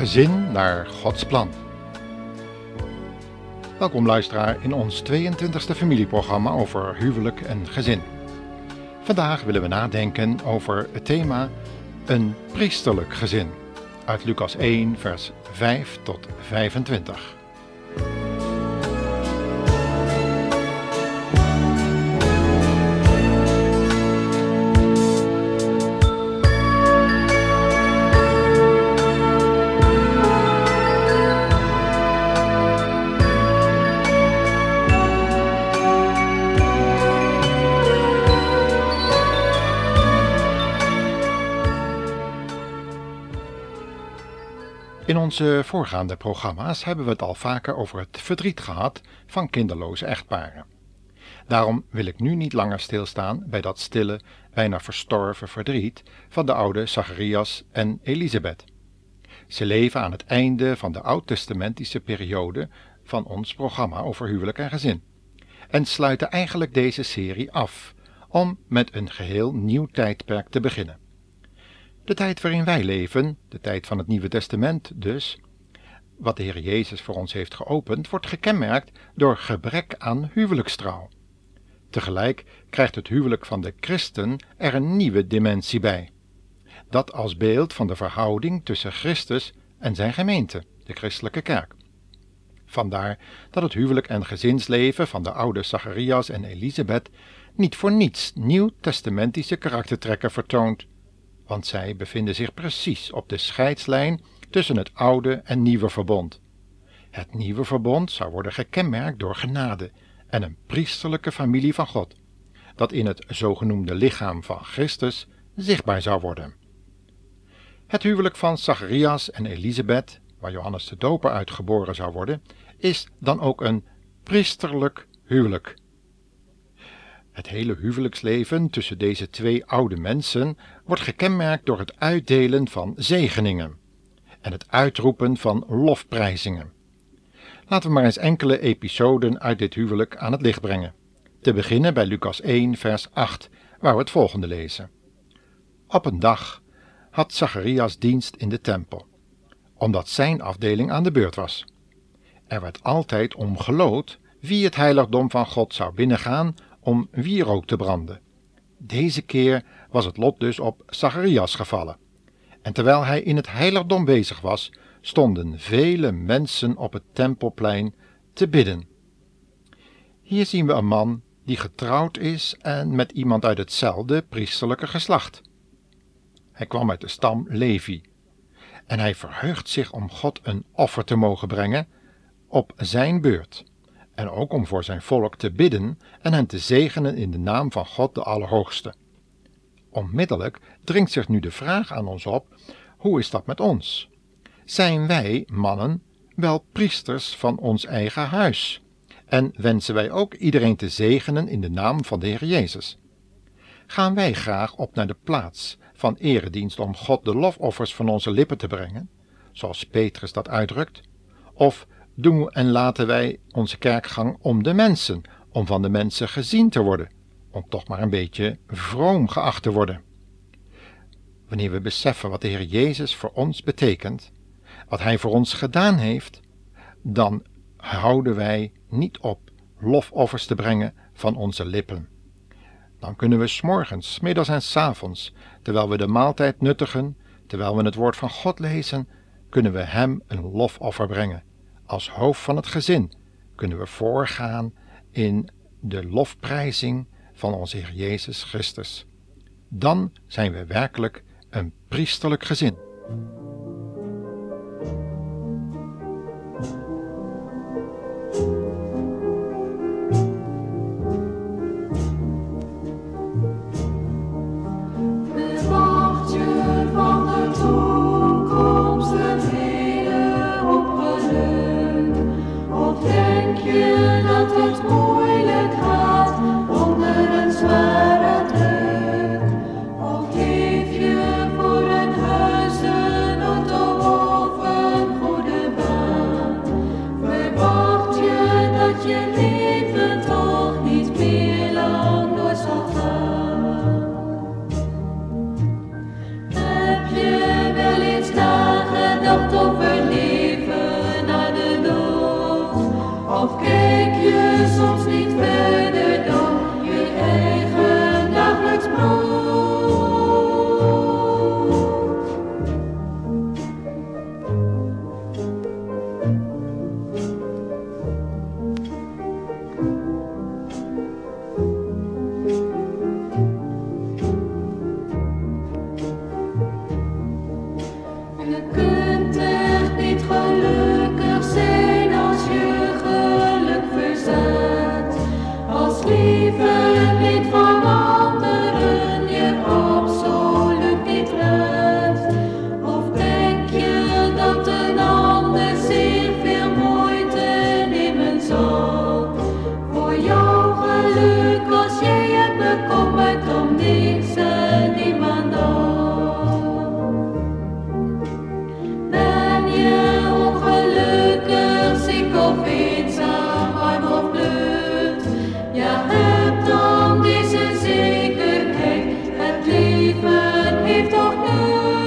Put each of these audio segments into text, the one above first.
gezin naar Gods plan. Welkom luisteraar in ons 22e familieprogramma over huwelijk en gezin. Vandaag willen we nadenken over het thema een priesterlijk gezin uit Lucas 1 vers 5 tot 25. In onze voorgaande programma's hebben we het al vaker over het verdriet gehad van kinderloze echtparen. Daarom wil ik nu niet langer stilstaan bij dat stille, bijna verstorven verdriet van de oude Zacharias en Elisabeth. Ze leven aan het einde van de oud-testamentische periode van ons programma over huwelijk en gezin en sluiten eigenlijk deze serie af om met een geheel nieuw tijdperk te beginnen. De tijd waarin wij leven, de tijd van het Nieuwe Testament dus, wat de Heer Jezus voor ons heeft geopend, wordt gekenmerkt door gebrek aan huwelijkstrouw. Tegelijk krijgt het huwelijk van de christen er een nieuwe dimensie bij. Dat als beeld van de verhouding tussen Christus en zijn gemeente, de christelijke kerk. Vandaar dat het huwelijk en gezinsleven van de oude Zacharias en Elisabeth niet voor niets nieuw-testamentische karaktertrekken vertoont, want zij bevinden zich precies op de scheidslijn tussen het oude en nieuwe verbond. Het nieuwe verbond zou worden gekenmerkt door genade en een priesterlijke familie van God, dat in het zogenoemde lichaam van Christus zichtbaar zou worden. Het huwelijk van Zacharias en Elisabeth, waar Johannes de Doper uit geboren zou worden, is dan ook een priesterlijk huwelijk. Het hele huwelijksleven tussen deze twee oude mensen wordt gekenmerkt door het uitdelen van zegeningen en het uitroepen van lofprijzingen. Laten we maar eens enkele episoden uit dit huwelijk aan het licht brengen. Te beginnen bij Lucas 1 vers 8, waar we het volgende lezen. Op een dag had Zacharias dienst in de tempel, omdat zijn afdeling aan de beurt was. Er werd altijd om geloot wie het heiligdom van God zou binnengaan om wierook te branden. Deze keer was het lot dus op Zacharias gevallen. En terwijl hij in het heiligdom bezig was, stonden vele mensen op het tempelplein te bidden. Hier zien we een man die getrouwd is en met iemand uit hetzelfde priesterlijke geslacht. Hij kwam uit de stam Levi. En hij verheugt zich om God een offer te mogen brengen op zijn beurt. En ook om voor zijn volk te bidden en hen te zegenen in de naam van God de Allerhoogste. Onmiddellijk dringt zich nu de vraag aan ons op, hoe is dat met ons? Zijn wij, mannen, wel priesters van ons eigen huis? En wensen wij ook iedereen te zegenen in de naam van de Heer Jezus? Gaan wij graag op naar de plaats van eredienst om God de lofoffers van onze lippen te brengen, zoals Petrus dat uitdrukt? Of doen en laten wij onze kerkgang om de mensen, om van de mensen gezien te worden, om toch maar een beetje vroom geacht te worden? Wanneer we beseffen wat de Heer Jezus voor ons betekent, wat Hij voor ons gedaan heeft, dan houden wij niet op lofoffers te brengen van onze lippen. Dan kunnen we 's morgens, 's middags en 's avonds, terwijl we de maaltijd nuttigen, terwijl we het woord van God lezen, kunnen we Hem een lofoffer brengen. Als hoofd van het gezin kunnen we voorgaan in de lofprijzing van onze Heer Jezus Christus. Dan zijn we werkelijk een priesterlijk gezin. Of leef je voor een huizen Of kijk je soms niet verder dan je eigen dagelijks brood? Je kunt echt niet gelukkig zijn als je geluk verzet. Als liefde niet van anderen je absoluut niet redt. Of denk je dat een ander zeer veel moeite nemen zal voor jouw geluk als jij je bekommert om niets en niemand al? Ben je ongelukkig, ziek of eenzaam, arm of blut? Ja, heb dan deze zekerheid, het leven heeft toch nut.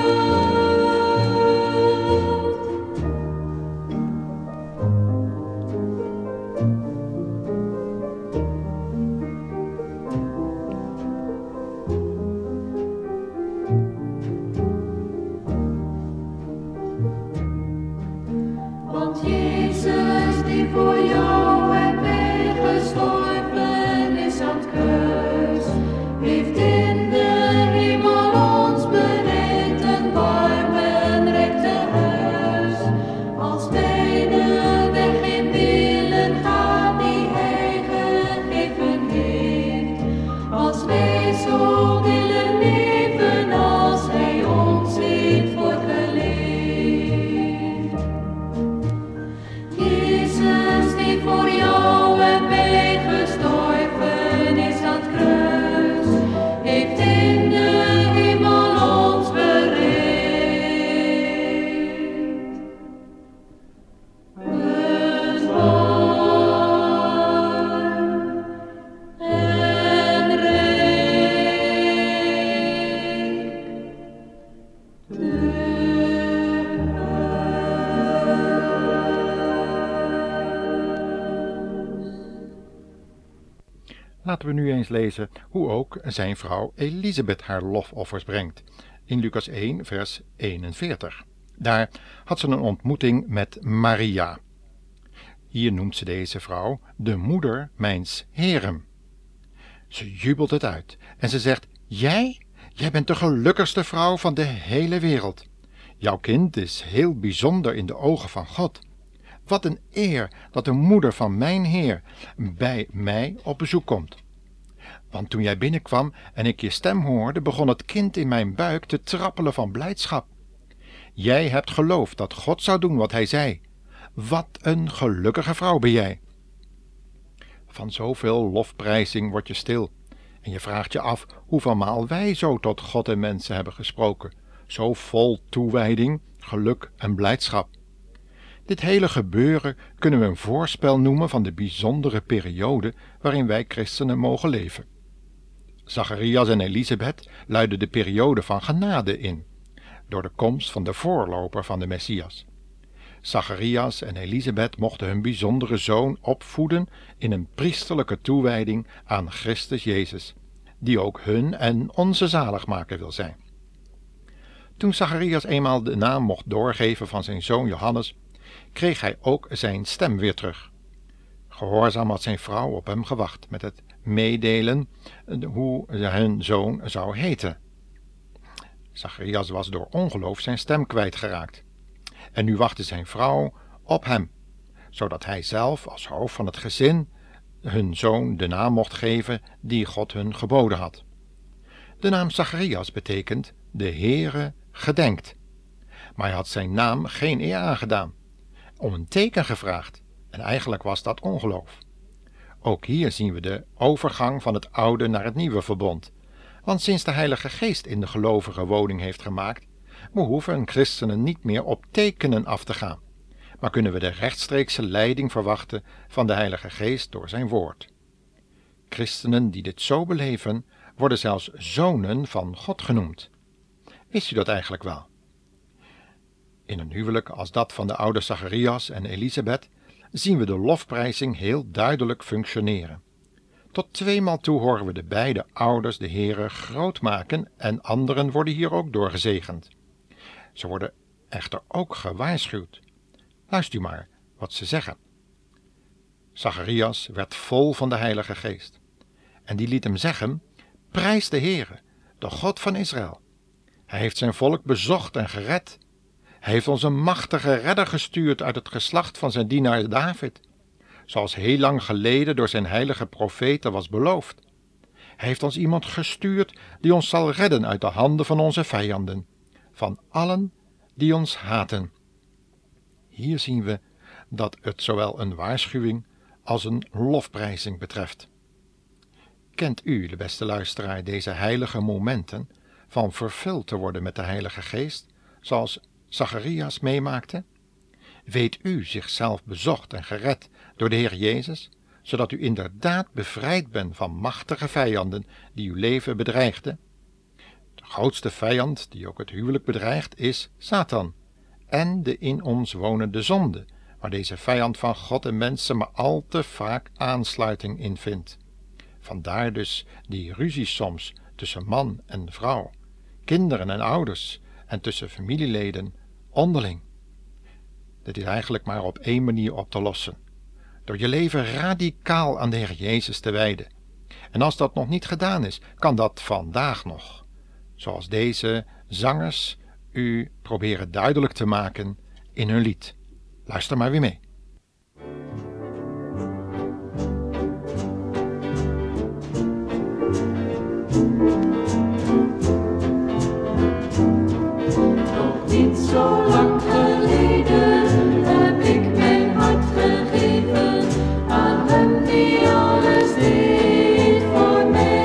Want Jezus die voor jou en mij gestorven is aan het kruis, heeft in de hemel ons bereid een warm en rijk tehuis. Als wij de weg in willen gaan die Hij gegeven heeft, als wij zo willen leven als Hij ons heeft voorgeleefd. Jezus die voor jou en mij gestorven is aan het kruis, heeft in de hemel ons bereid. Een warm en Laten we nu eens lezen hoe ook zijn vrouw Elisabeth haar lofoffers brengt. In Lucas 1, vers 41. Daar had ze een ontmoeting met Maria. Hier noemt ze deze vrouw de moeder mijns Heeren. Ze jubelt het uit en ze zegt: Jij bent de gelukkigste vrouw van de hele wereld. Jouw kind is heel bijzonder in de ogen van God. Wat een eer dat de moeder van mijn Heer bij mij op bezoek komt. Want toen jij binnenkwam en ik je stem hoorde, begon het kind in mijn buik te trappelen van blijdschap. Jij hebt geloofd dat God zou doen wat hij zei. Wat een gelukkige vrouw ben jij. Van zoveel lofprijzing word je stil en je vraagt je af hoeveel maal wij zo tot God en mensen hebben gesproken, zo vol toewijding, geluk en blijdschap. Dit hele gebeuren kunnen we een voorspel noemen van de bijzondere periode waarin wij christenen mogen leven. Zacharias en Elisabeth luiden de periode van genade in, door de komst van de voorloper van de Messias. Zacharias en Elisabeth mochten hun bijzondere zoon opvoeden in een priesterlijke toewijding aan Christus Jezus, die ook hun en onze zaligmaker wil zijn. Toen Zacharias eenmaal de naam mocht doorgeven van zijn zoon Johannes, kreeg hij ook zijn stem weer terug. Gehoorzaam had zijn vrouw op hem gewacht met het meedelen hoe hun zoon zou heten. Zacharias was door ongeloof zijn stem kwijtgeraakt. En nu wachtte zijn vrouw op hem, zodat hij zelf als hoofd van het gezin hun zoon de naam mocht geven die God hun geboden had. De naam Zacharias betekent de Heere gedenkt. Maar hij had zijn naam geen eer aangedaan, om een teken gevraagd, en eigenlijk was dat ongeloof. Ook hier zien we de overgang van het oude naar het nieuwe verbond, want sinds de Heilige Geest in de gelovige woning heeft gemaakt, behoeven christenen niet meer op tekenen af te gaan, maar kunnen we de rechtstreekse leiding verwachten van de Heilige Geest door zijn woord. Christenen die dit zo beleven, worden zelfs zonen van God genoemd. Wist u dat eigenlijk wel? In een huwelijk als dat van de oude Zacharias en Elisabeth zien we de lofprijzing heel duidelijk functioneren. Tot 2 maal toe horen we de beide ouders de Heere groot maken en anderen worden hier ook door gezegend. Ze worden echter ook gewaarschuwd. Luister u maar wat ze zeggen. Zacharias werd vol van de Heilige Geest. En die liet hem zeggen: prijs de Heere, de God van Israël. Hij heeft zijn volk bezocht en gered. Hij heeft ons een machtige redder gestuurd uit het geslacht van zijn dienaar David, zoals heel lang geleden door zijn heilige profeten was beloofd. Hij heeft ons iemand gestuurd die ons zal redden uit de handen van onze vijanden, van allen die ons haten. Hier zien we dat het zowel een waarschuwing als een lofprijzing betreft. Kent u, de beste luisteraar, deze heilige momenten van vervuld te worden met de Heilige Geest, zoals Zacharias meemaakte? Weet u zichzelf bezocht en gered door de Heer Jezus, zodat u inderdaad bevrijd bent van machtige vijanden die uw leven bedreigden? De grootste vijand die ook het huwelijk bedreigt is Satan en de in ons wonende zonde, waar deze vijand van God en mensen maar al te vaak aansluiting in vindt. Vandaar dus die ruzie soms tussen man en vrouw, kinderen en ouders en tussen familieleden onderling. Dit is eigenlijk maar op 1 manier op te lossen: door je leven radicaal aan de Heer Jezus te wijden. En als dat nog niet gedaan is, kan dat vandaag nog, zoals deze zangers u proberen duidelijk te maken in hun lied. Luister maar weer mee. Nog niet zo lang geleden heb ik mijn hart gegeven aan hem die alles deed voor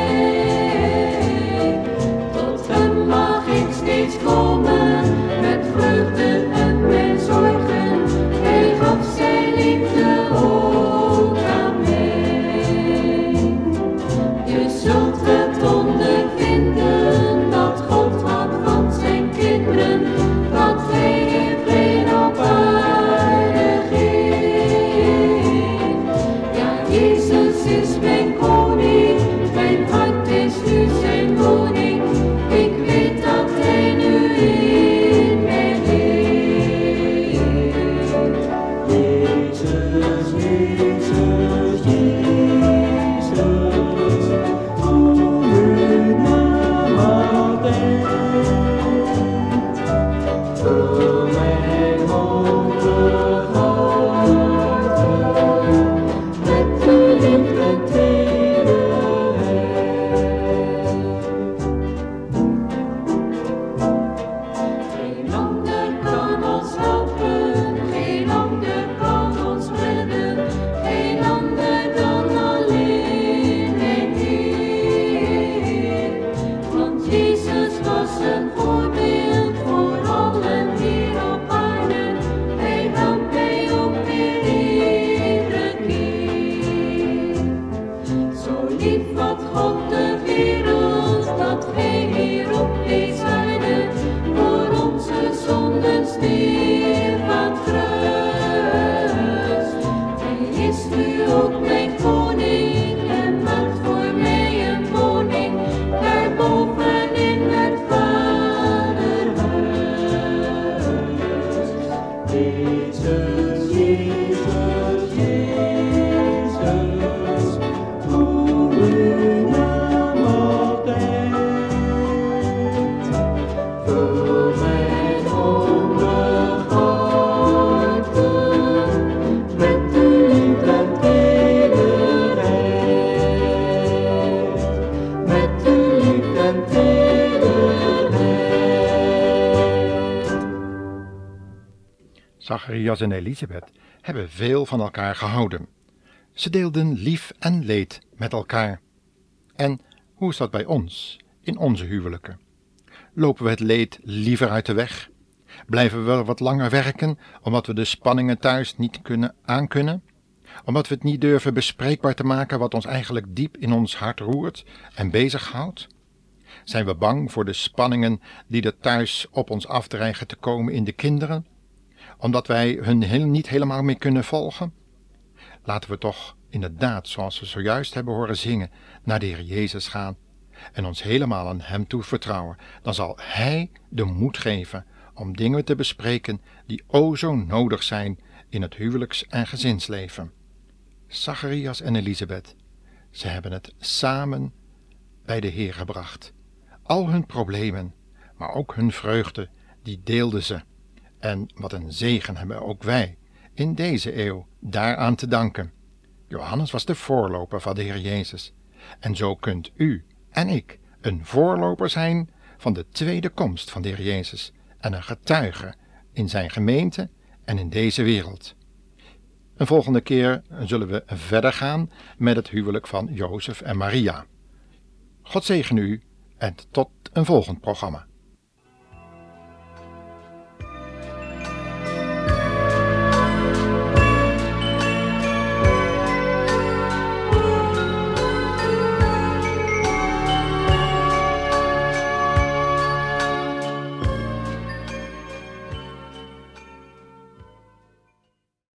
mij. Tot hem mag ik steeds komen met vreugde en mijn zorgen. Hij gaf zijn liefde ook aan mij. Je zult het ondervinden dat God houdt van zijn kinderen, dat hij iedereen op aarde geeft. Ja, Jezus is mijn koning, mijn hart is nu zijn woning. Ik weet dat hij nu in mij leeft. Jezus, Jezus, Jezus, noem uw naam altijd. Vul mijn hongerig hart met de liefde en tederheid. Geen ander kan ons helpen, geen ander kan ons redden, geen ander dan alleen mijn Heer. Want Jezus was een voorbeeld voor allen hier op aarde. Hij helpt mij ook weer iedere keer. Zo lief had God de wereld, dat hij hier op deze aarde voor onze zonden stierf aan het kruis. Hij is nu ook mijn koning en maakt voor mij een woning daarboven in het Vaderhuis. Jezus, Jezus, Jezus, noem uw naam altijd. Vul mijn hongerig hart met de liefde en tederheid. Met de liefde en tederheid. Zacharias en Elisabeth hebben veel van elkaar gehouden. Ze deelden lief en leed met elkaar. En hoe is dat bij ons, in onze huwelijken? Lopen we het leed liever uit de weg? Blijven we wat langer werken, omdat we de spanningen thuis niet aankunnen? Omdat we het niet durven bespreekbaar te maken wat ons eigenlijk diep in ons hart roert en bezighoudt? Zijn we bang voor de spanningen die er thuis op ons afdreigen te komen in de kinderen? Omdat wij hun niet helemaal meer kunnen volgen? laten we toch inderdaad, zoals we zojuist hebben horen zingen, naar de Heer Jezus gaan en ons helemaal aan Hem toe vertrouwen. Dan zal Hij de moed geven om dingen te bespreken die o zo nodig zijn in het huwelijks- en gezinsleven. Zacharias en Elisabeth, ze hebben het samen bij de Heer gebracht. Al hun problemen, maar ook hun vreugde, die deelden ze. En wat een zegen hebben ook wij in deze eeuw daaraan te danken. Johannes was de voorloper van de Heer Jezus. En zo kunt u en ik een voorloper zijn van de tweede komst van de Heer Jezus en een getuige in zijn gemeente en in deze wereld. Een volgende keer zullen we verder gaan met het huwelijk van Jozef en Maria. God zegen u en tot een volgend programma.